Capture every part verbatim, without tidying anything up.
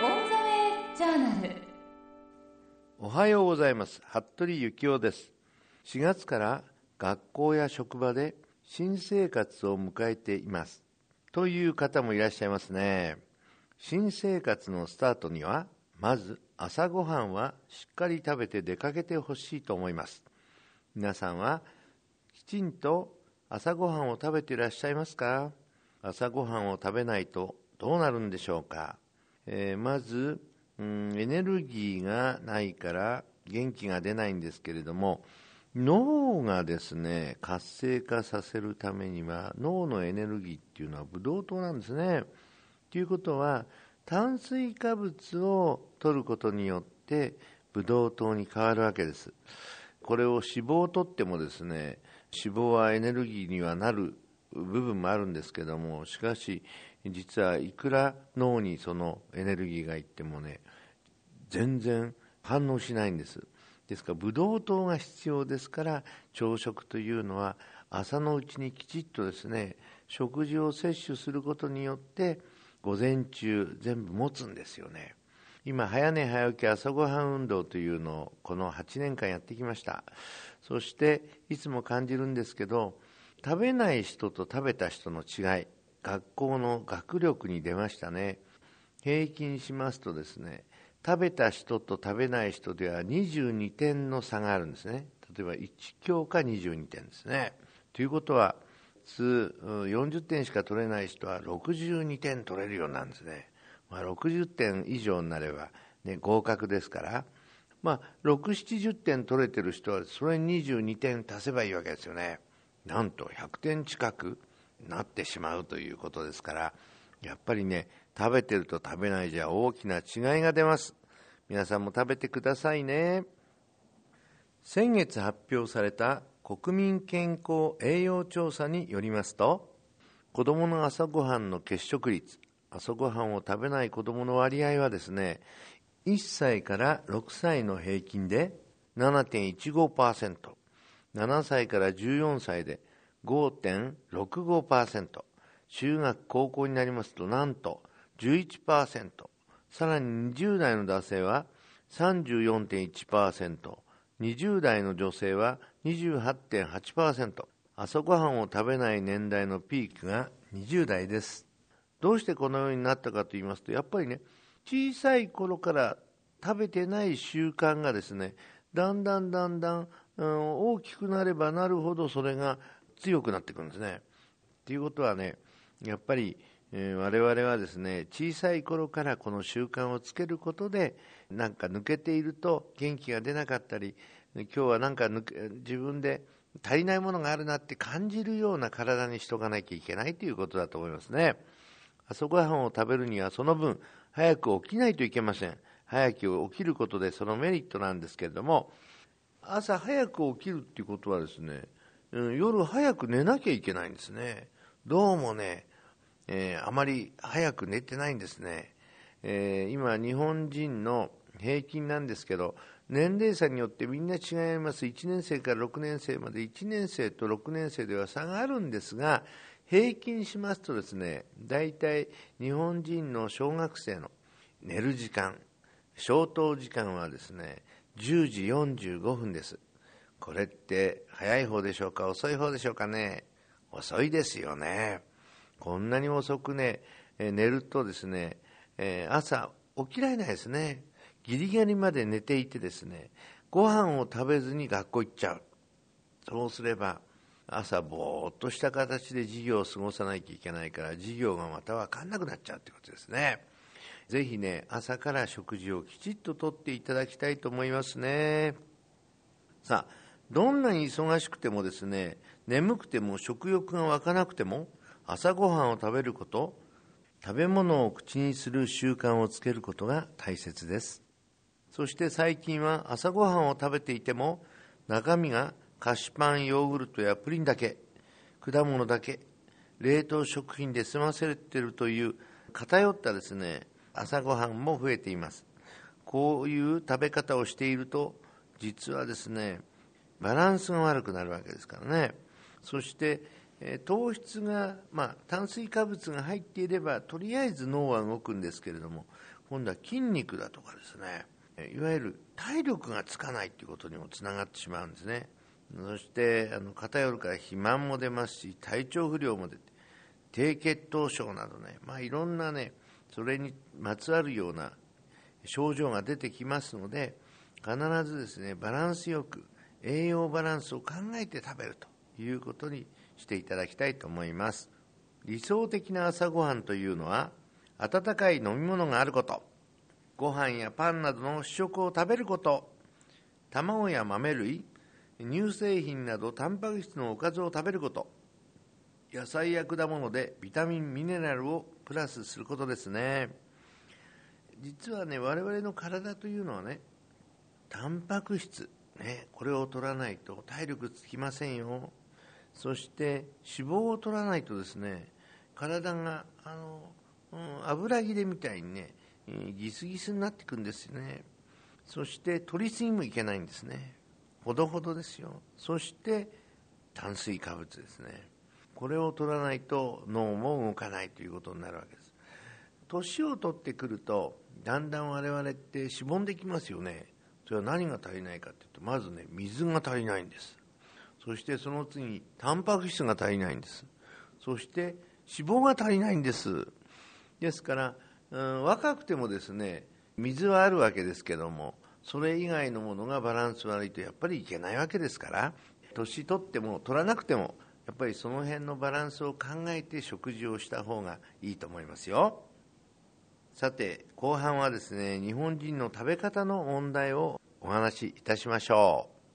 オンザウェイジャーナル。 おはようございます。服部幸男です。しがつから学校や職場で新生活を迎えていますという方もいらっしゃいますね。新生活のスタートにはまず朝ごはんはしっかり食べて出かけてほしいと思います。皆さんはきちんと朝ごはんを食べていらっしゃいますか？朝ごはんを食べないとどうなるんでしょうか？えー、まず、うん、エネルギーがないから元気が出ないんですけれども、脳がですね活性化させるためには脳のエネルギーっていうのはブドウ糖なんですね。ということは炭水化物を摂ることによってブドウ糖に変わるわけです。これを脂肪を摂ってもですね、脂肪はエネルギーにはなる部分もあるんですけども、しかし実はいくら脳にそのエネルギーがいってもね、全然反応しないんです。ですからブドウ糖が必要ですから、朝食というのは朝のうちにきちっとですね食事を摂取することによって午前中全部持つんですよね。今早寝早起き朝ごはん運動というのをこのはちねんかんやってきました。そしていつも感じるんですけど、食べない人と食べた人の違い、学校の学力に出ましたね。平均しますとですね、食べた人と食べない人ではにじゅうにてんの差があるんですね。例えばいち教科にじゅうにてんですね。ということは普通よんじゅってんしか取れない人はろくじゅうにてん取れるようなんですね。まあ、ろくじゅってん以上になれば、ね、合格ですから、まあ、ろくじゅう、ななじゅってん取れてる人はそれににじゅうにてん足せばいいわけですよね。なんとひゃくてん近くなってしまうということですから、やっぱりね、食べてると食べないじゃ大きな違いが出ます。皆さんも食べてくださいね。先月発表された国民健康栄養調査によりますと、子どもの朝ごはんの欠食率、朝ごはんを食べない子どもの割合はですね、いっさいからろくさいの平均で ななてんいちごパーセント、ななさいからじゅうよんさいで ごてんろくごパーセント、中学高校になりますとなんと じゅういちパーセント、さらににじゅう代の男性は さんじゅうよんてんいちパーセント、にじゅう代の女性は にじゅうはちてんはちパーセント、朝ごはんを食べない年代のピークがにじゅう代です。どうしてこのようになったかと言いますと、やっぱりね、小さい頃から食べてない習慣がですね、だんだんだんだん、うん、大きくなればなるほどそれが強くなってくるんですね。ということはね、やっぱり、えー、我々はですね、小さい頃からこの習慣をつけることで、なんか抜けていると元気が出なかったり、今日はなんか抜け自分で足りないものがあるなって感じるような体にしとかなきゃいけないということだと思いますね。朝ごはんを食べるにはその分早く起きないといけません。早く起きることでそのメリットなんですけれども、朝早く起きるっていうことはですね、うん、夜早く寝なきゃいけないんですね。どうもね、えー、あまり早く寝てないんですね。えー、今日本人の平均なんですけど、年齢差によってみんな違います。いちねん生からろくねん生まで、いちねん生とろくねん生では差があるんですが、平均しますとですね、だいたい日本人の小学生の寝る時間、消灯時間はですね、じゅうじよんじゅうごふんです。これって早い方でしょうか、遅い方でしょうかね。遅いですよね。こんなに遅くね、えー、寝るとですね、えー、朝起きられないですね。ギリギリまで寝ていてですね、ご飯を食べずに学校行っちゃう。そうすれば朝ぼーっとした形で授業を過ごさなきゃいけないから、授業がまた分かんなくなっちゃうということですね。ぜひね、朝から食事をきちっととっていただきたいと思いますね。さあ、どんなに忙しくてもですね、眠くても食欲が湧かなくても、朝ごはんを食べること、食べ物を口にする習慣をつけることが大切です。そして最近は朝ごはんを食べていても、中身が菓子パン、ヨーグルトやプリンだけ、果物だけ、冷凍食品で済ませているという偏ったですね、朝ごはんも増えています。こういう食べ方をしていると、実はですね、バランスが悪くなるわけですからね。そして、えー、糖質が、まあ、炭水化物が入っていれば、とりあえず脳は動くんですけれども、 今度は筋肉だとかですね、いわゆる体力がつかないということにもつながってしまうんですね。そしてあの偏るから肥満も出ますし、体調不良も出て、低血糖症などね、まあ、いろんなねそれにまつわるような症状が出てきますので、必ずですねバランスよく栄養バランスを考えて食べるということにしていただきたいと思います。理想的な朝ごはんというのは、温かい飲み物があること、ご飯やパンなどの主食を食べること、卵や豆類、乳製品などタンパク質のおかずを食べること、野菜や果物でビタミンミネラルをプラスすることですね。実はね、我々の体というのはね、タンパク質、ね、これを取らないと体力つきませんよ。そして脂肪を取らないとですね、体があの、うん、油切れみたいにね、ギスギスになっていくんですよね。そして取りすぎもいけないんですね。ほどほどですよ。そして炭水化物ですね。これを取らないと脳も動かないということになるわけです。年を取ってくるとだんだん我々ってしぼんできますよね。それは何が足りないかというと、まずね、水が足りないんです。そしてその次にタンパク質が足りないんです。そして脂肪が足りないんです。ですから、うん、若くてもですね、水はあるわけですけども、それ以外のものがバランス悪いとやっぱりいけないわけですから、年取っても取らなくてもやっぱりその辺のバランスを考えて食事をした方がいいと思いますよ。さて、後半はですね、日本人の食べ方の問題をお話しいたしましょう。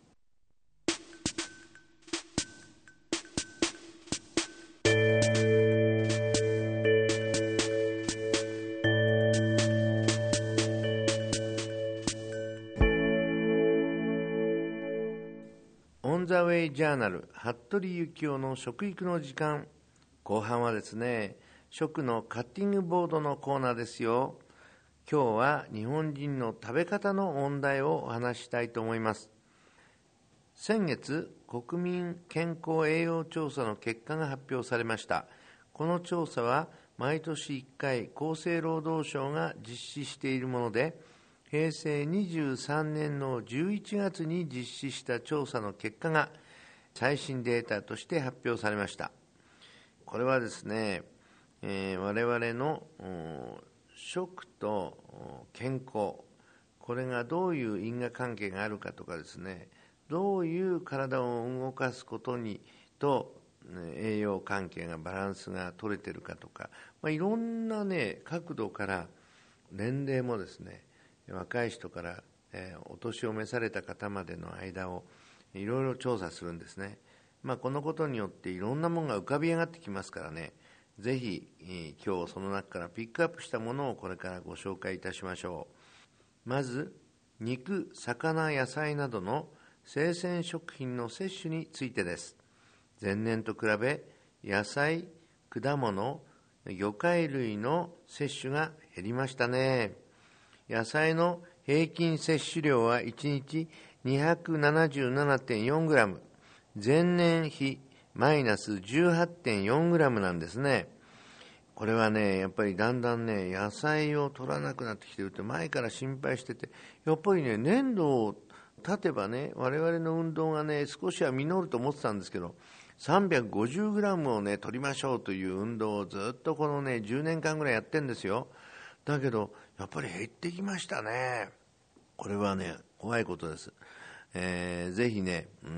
オンザウェイジャーナル、服部幸男の食育の時間。後半はですね、食のカッティングボードのコーナーですよ。今日は日本人の食べ方の問題をお話ししたいと思います。先月、国民健康栄養調査の結果が発表されました。この調査は毎年いっかい厚生労働省が実施しているもので、へいせいにじゅうさんねんのじゅういちがつに実施した調査の結果が最新データとして発表されました。これはですね、えー、我々の食と健康、これがどういう因果関係があるかとかですね、どういう体を動かすことにと栄養関係がバランスが取れてるかとか、まあ、いろんなね角度から年齢もですね、若い人から、えー、お年を召された方までの間をいろいろ調査するんですね。まあ、このことによっていろんなものが浮かび上がってきますからね、ぜひ、えー、今日その中からピックアップしたものをこれからご紹介いたしましょう。まず、肉、魚、野菜などの生鮮食品の摂取についてです。前年と比べ、野菜、果物、魚介類の摂取が減りましたね。野菜の平均摂取量はいちにち にひゃくななじゅうななてんよんグラム、前年比マイナス じゅうはちてんよんグラムなんですね。これはね、やっぱりだんだんね、野菜を取らなくなってきてるって前から心配してて、やっぱりね、年度を経てばね、我々の運動がね、少しは実ると思ってたんですけど、さんびゃくごじゅうグラムをね、取りましょうという運動をずっとこのね、じゅうねんかんぐらいやってるんですよ。だけど、やっぱり減ってきましたね。これはね、怖いことです。えー、ぜひね、うん、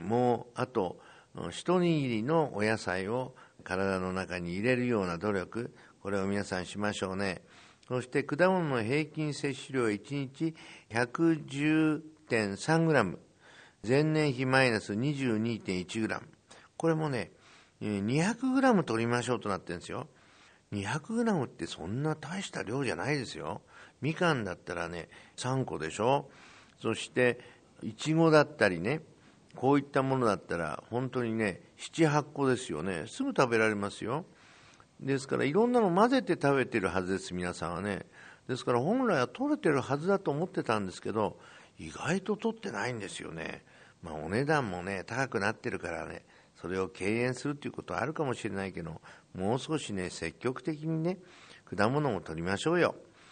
もうあと一握りのお野菜を体の中に入れるような努力、これを皆さんしましょうね。そして果物の平均摂取量いちにち ひゃくじゅうてんさんグラム、前年比マイナス にじゅうにてんいちグラム、これもね、にひゃくグラム取りましょうとなってるんですよ。にひゃくグラムってそんな大した量じゃないですよ。みかんだったらね、さんこでしょ。そしていちごだったりね、こういったものだったら本当にね、ななはっこですよね。すぐ食べられますよ。ですからいろんなの混ぜて食べてるはずです、皆さんはね。ですから本来は取れてるはずだと思ってたんですけど、意外と取ってないんですよね。まあお値段もね、高くなってるからね、それを敬遠するということはあるかもしれないけど、もう少しね、積極的にね、果物も取りましょうよ。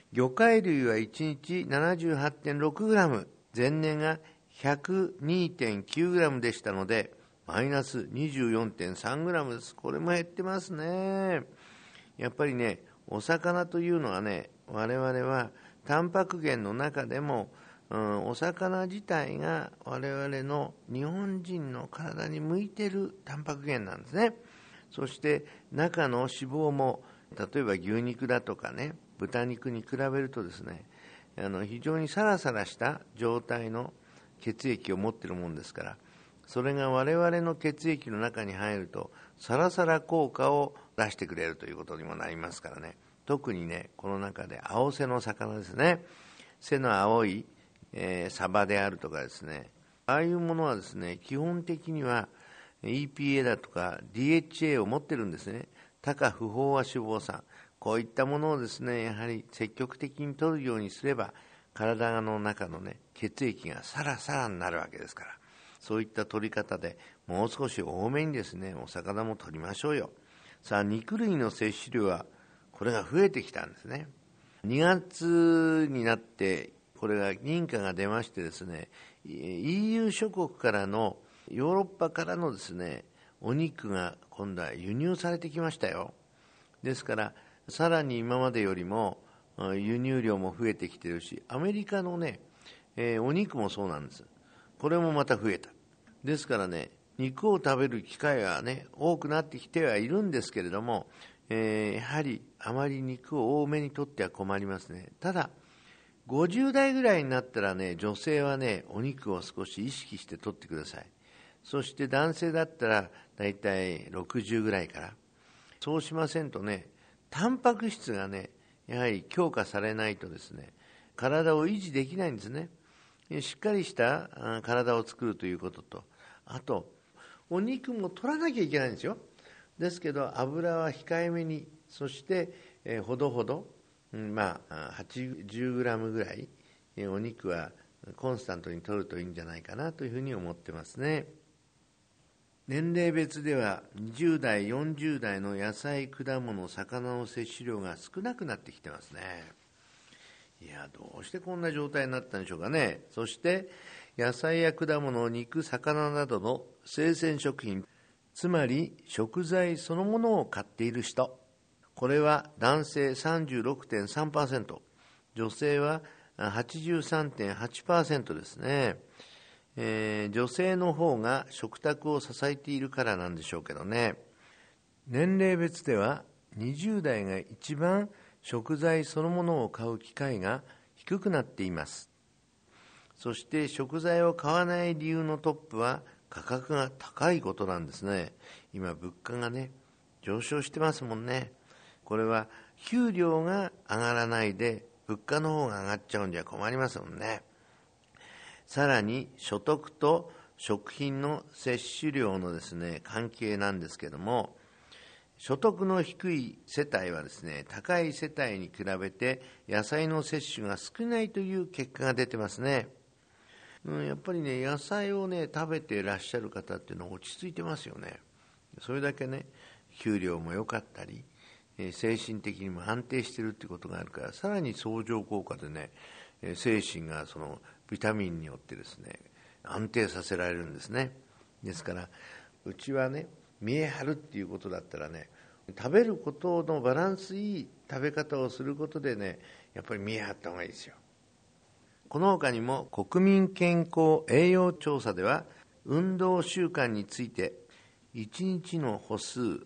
魚介類はいちにち ななじゅうはちてんろくグラム、前年が ひゃくにてんきゅうグラムでしたので、マイナス にじゅうよんてんさんグラムです。これも減ってますね。やっぱりね、お魚というのはね、我々はタンパク源の中でも、うん、お魚自体が我々の日本人の体に向いているタンパク源なんですね。そして中の脂肪も、例えば牛肉だとかね、豚肉に比べるとですね、あの非常にサラサラした状態の血液を持っているものですから、それが我々の血液の中に入るとサラサラ効果を出してくれるということにもなりますからね。特にね、この中で青背の魚ですね、背の青い、えー、サバであるとかですね、ああいうものはですね、基本的には イーピーエー だとか ディーエイチエー を持ってるんですね。多価不飽和脂肪酸、こういったものをですね、やはり積極的に摂るようにすれば、体の中のね、血液がサラサラになるわけですから、そういった摂り方でもう少し多めにですね、お魚も摂りましょうよ。さあ、肉類の摂取量はこれが増えてきたんですね。にがつになってこれが認可が出ましてですね、 イーユー 諸国からの、ヨーロッパからのですね、お肉が今度は輸入されてきましたよ。ですからさらに今までよりも輸入量も増えてきているし、アメリカのね、えー、お肉もそうなんです。これもまた増えた。ですからね、肉を食べる機会はね、多くなってきてはいるんですけれども、えー、やはりあまり肉を多めにとっては困りますね。ただごじゅう代ぐらいになったらね、女性はね、お肉を少し意識してとってください。そして男性だったらだいたいろくじゅうぐらいから。そうしませんとね、タンパク質がね、やはり強化されないとですね、体を維持できないんですね。しっかりした体を作るということと、あとお肉も取らなきゃいけないんですよ。ですけど油は控えめに、そして、えー、ほどほど、うん、まあはちじゅうグラムぐらい、えー、お肉はコンスタントに取るといいんじゃないかなというふうに思ってますね。年齢別ではにじゅう代よんじゅう代の野菜果物魚の摂取量が少なくなってきてますね。いや、どうしてこんな状態になったんでしょうかね。そして野菜や果物、肉、魚などの生鮮食品、つまり食材そのものを買っている人、これは男性 さんじゅうろくてんさんパーセント、女性は はちじゅうさんてんはちパーセント ですね。えー、女性の方が食卓を支えているからなんでしょうけどね。年齢別ではにじゅう代が一番食材そのものを買う機会が低くなっています。そして食材を買わない理由のトップは価格が高いことなんですね。今物価がね、上昇してますもんね。これは給料が上がらないで物価の方が上がっちゃうんじゃ困りますもんね。さらに所得と食品の摂取量のですね、関係なんですけども、所得の低い世帯はですね、高い世帯に比べて野菜の摂取が少ないという結果が出てますね。うん、やっぱりね、野菜をね、食べていらっしゃる方っていうのは落ち着いてますよね。それだけね、給料も良かったり、えー、精神的にも安定しているっていうことがあるから、さらに相乗効果でね、えー、精神がそのビタミンによってですね、安定させられるんですね。ですからうちはね、見え張るっていうことだったらね、食べることのバランスいい食べ方をすることでね、やっぱり見え張った方がいいですよ。この他にも国民健康栄養調査では、運動習慣についていちにちの歩数、うん、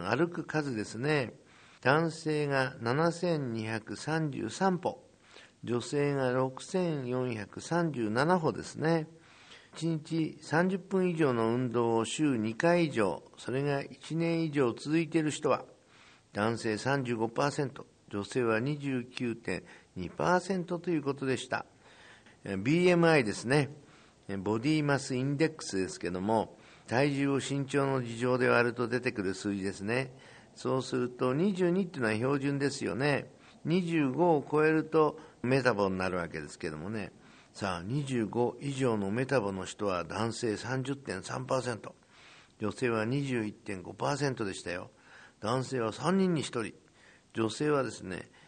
歩く数ですね、男性がななせんにひゃくさんじゅうさんぽ、女性がろくせんよんひゃくさんじゅうななほですね。いちにちさんじゅっぷん以上の運動を週にかい以上、それがいちねん以上続いている人は男性 さんじゅうごパーセント、女性は にじゅうきゅうてんにパーセント ということでした。 ビーエムアイ ですね、ボディマスインデックスですけども、体重を身長の事情で割ると出てくる数字ですね。そうするとにじゅうにっていうのは標準ですよね。にじゅうごを超えるとメタボになるわけですけどもね。さあ、にじゅうご以上のメタボの人は男性 さんじゅってんさんパーセント、女性は にじゅういってんごパーセント でしたよ。男性はさんにんにひとり、女性はですね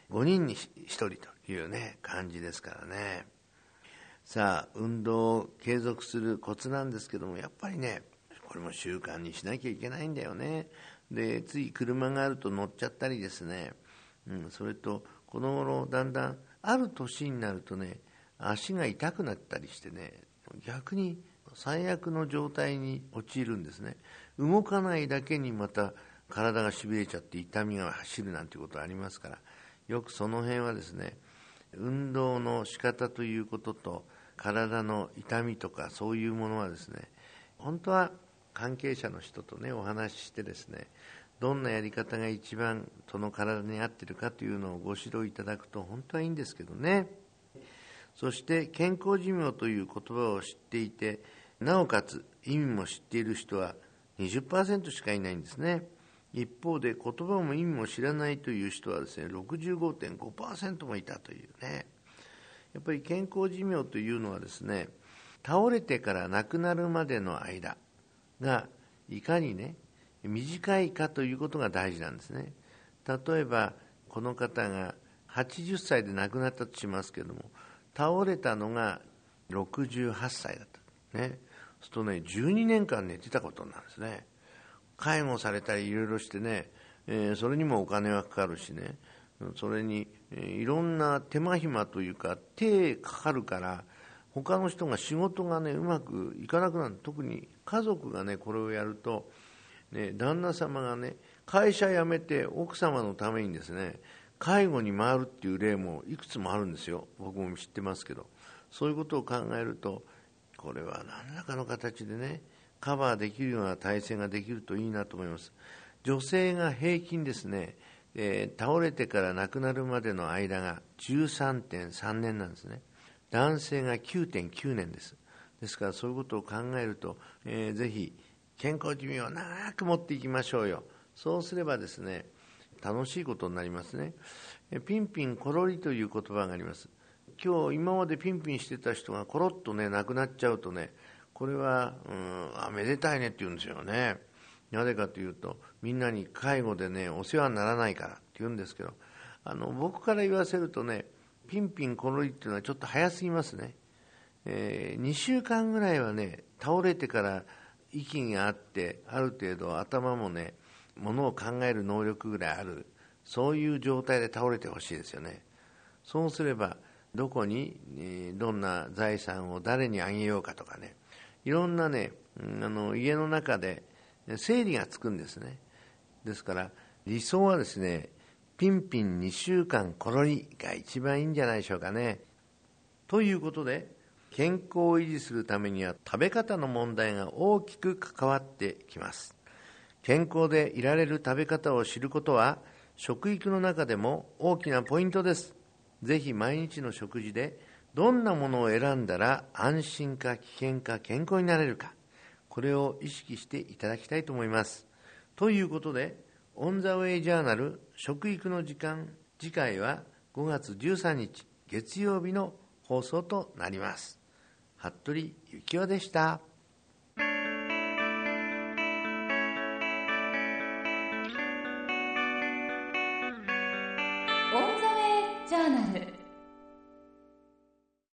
ごにんにひとりというね感じですからね。さあ運動を継続するコツなんですけども、やっぱりねこれも習慣にしなきゃいけないんだよね。でつい車があると乗っちゃったりですね、うん、それとこの頃だんだんある年になるとね足が痛くなったりしてね、逆に最悪の状態に陥るんですね。動かないだけにまた体がしびれちゃって痛みが走るなんていうことがありますから、よくその辺はですね運動の仕方ということと体の痛みとかそういうものはですね、本当は関係者の人とねお話ししてですね、どんなやり方が一番その体に合っているかというのをご指導いただくと本当はいいんですけどね。そして健康寿命という言葉を知っていて、なおかつ意味も知っている人は にじゅっパーセント しかいないんですね。一方で言葉も意味も知らないという人はですね ろくじゅうごてんごパーセント もいたというね。やっぱり健康寿命というのはですね、倒れてから亡くなるまでの間がいかにね短いかということが大事なんですね。例えばこの方がはちじゅっさいで亡くなったとしますけれども、倒れたのがろくじゅうはっさいだったね。そうするとねじゅうにねんかん寝てたことになるんですね。介護されたりいろいろしてね、えー、それにもお金はかかるしね、それに、えー、いろんな手間暇というか手かかるから、他の人が仕事がねうまくいかなくなる。特に家族がねこれをやると、ね、旦那様がね会社辞めて奥様のためにですね介護に回るっていう例もいくつもあるんですよ。僕も知ってますけど、そういうことを考えるとこれは何らかの形でねカバーできるような体制ができるといいなと思います。女性が平均ですね、えー、倒れてから亡くなるまでの間が じゅうさんてんさんねんなんですね。男性が きゅうてんきゅうねんです。ですからそういうことを考えると、えー、ぜひ健康寿命を長く持っていきましょうよ。そうすればですね楽しいことになりますね。ピンピンコロリという言葉があります。今日今までピンピンしてた人がコロッとね亡くなっちゃうとね、これはうんあめでたいねって言うんですよね。なぜかというとみんなに介護でねお世話にならないからって言うんですけど、あの僕から言わせるとねピンピンコロリっていうのはちょっと早すぎますね。えー、にしゅうかんぐらいはね倒れてから息があってある程度頭もねものを考える能力ぐらいある、そういう状態で倒れてほしいですよね。そうすればどこに、えー、どんな財産を誰にあげようかとかね、いろんなねあの家の中で整理がつくんですね。ですから理想はですねピンピンにしゅうかんコロリが一番いいんじゃないでしょうかね。ということで健康を維持するためには食べ方の問題が大きく関わってきます。健康でいられる食べ方を知ることは食育の中でも大きなポイントです。ぜひ毎日の食事でどんなものを選んだら安心か危険か健康になれるか、これを意識していただきたいと思います。ということでオンザウェイジャーナル食育の時間、次回はごがつじゅうさんにち月曜日の放送となります。服部幸男でした。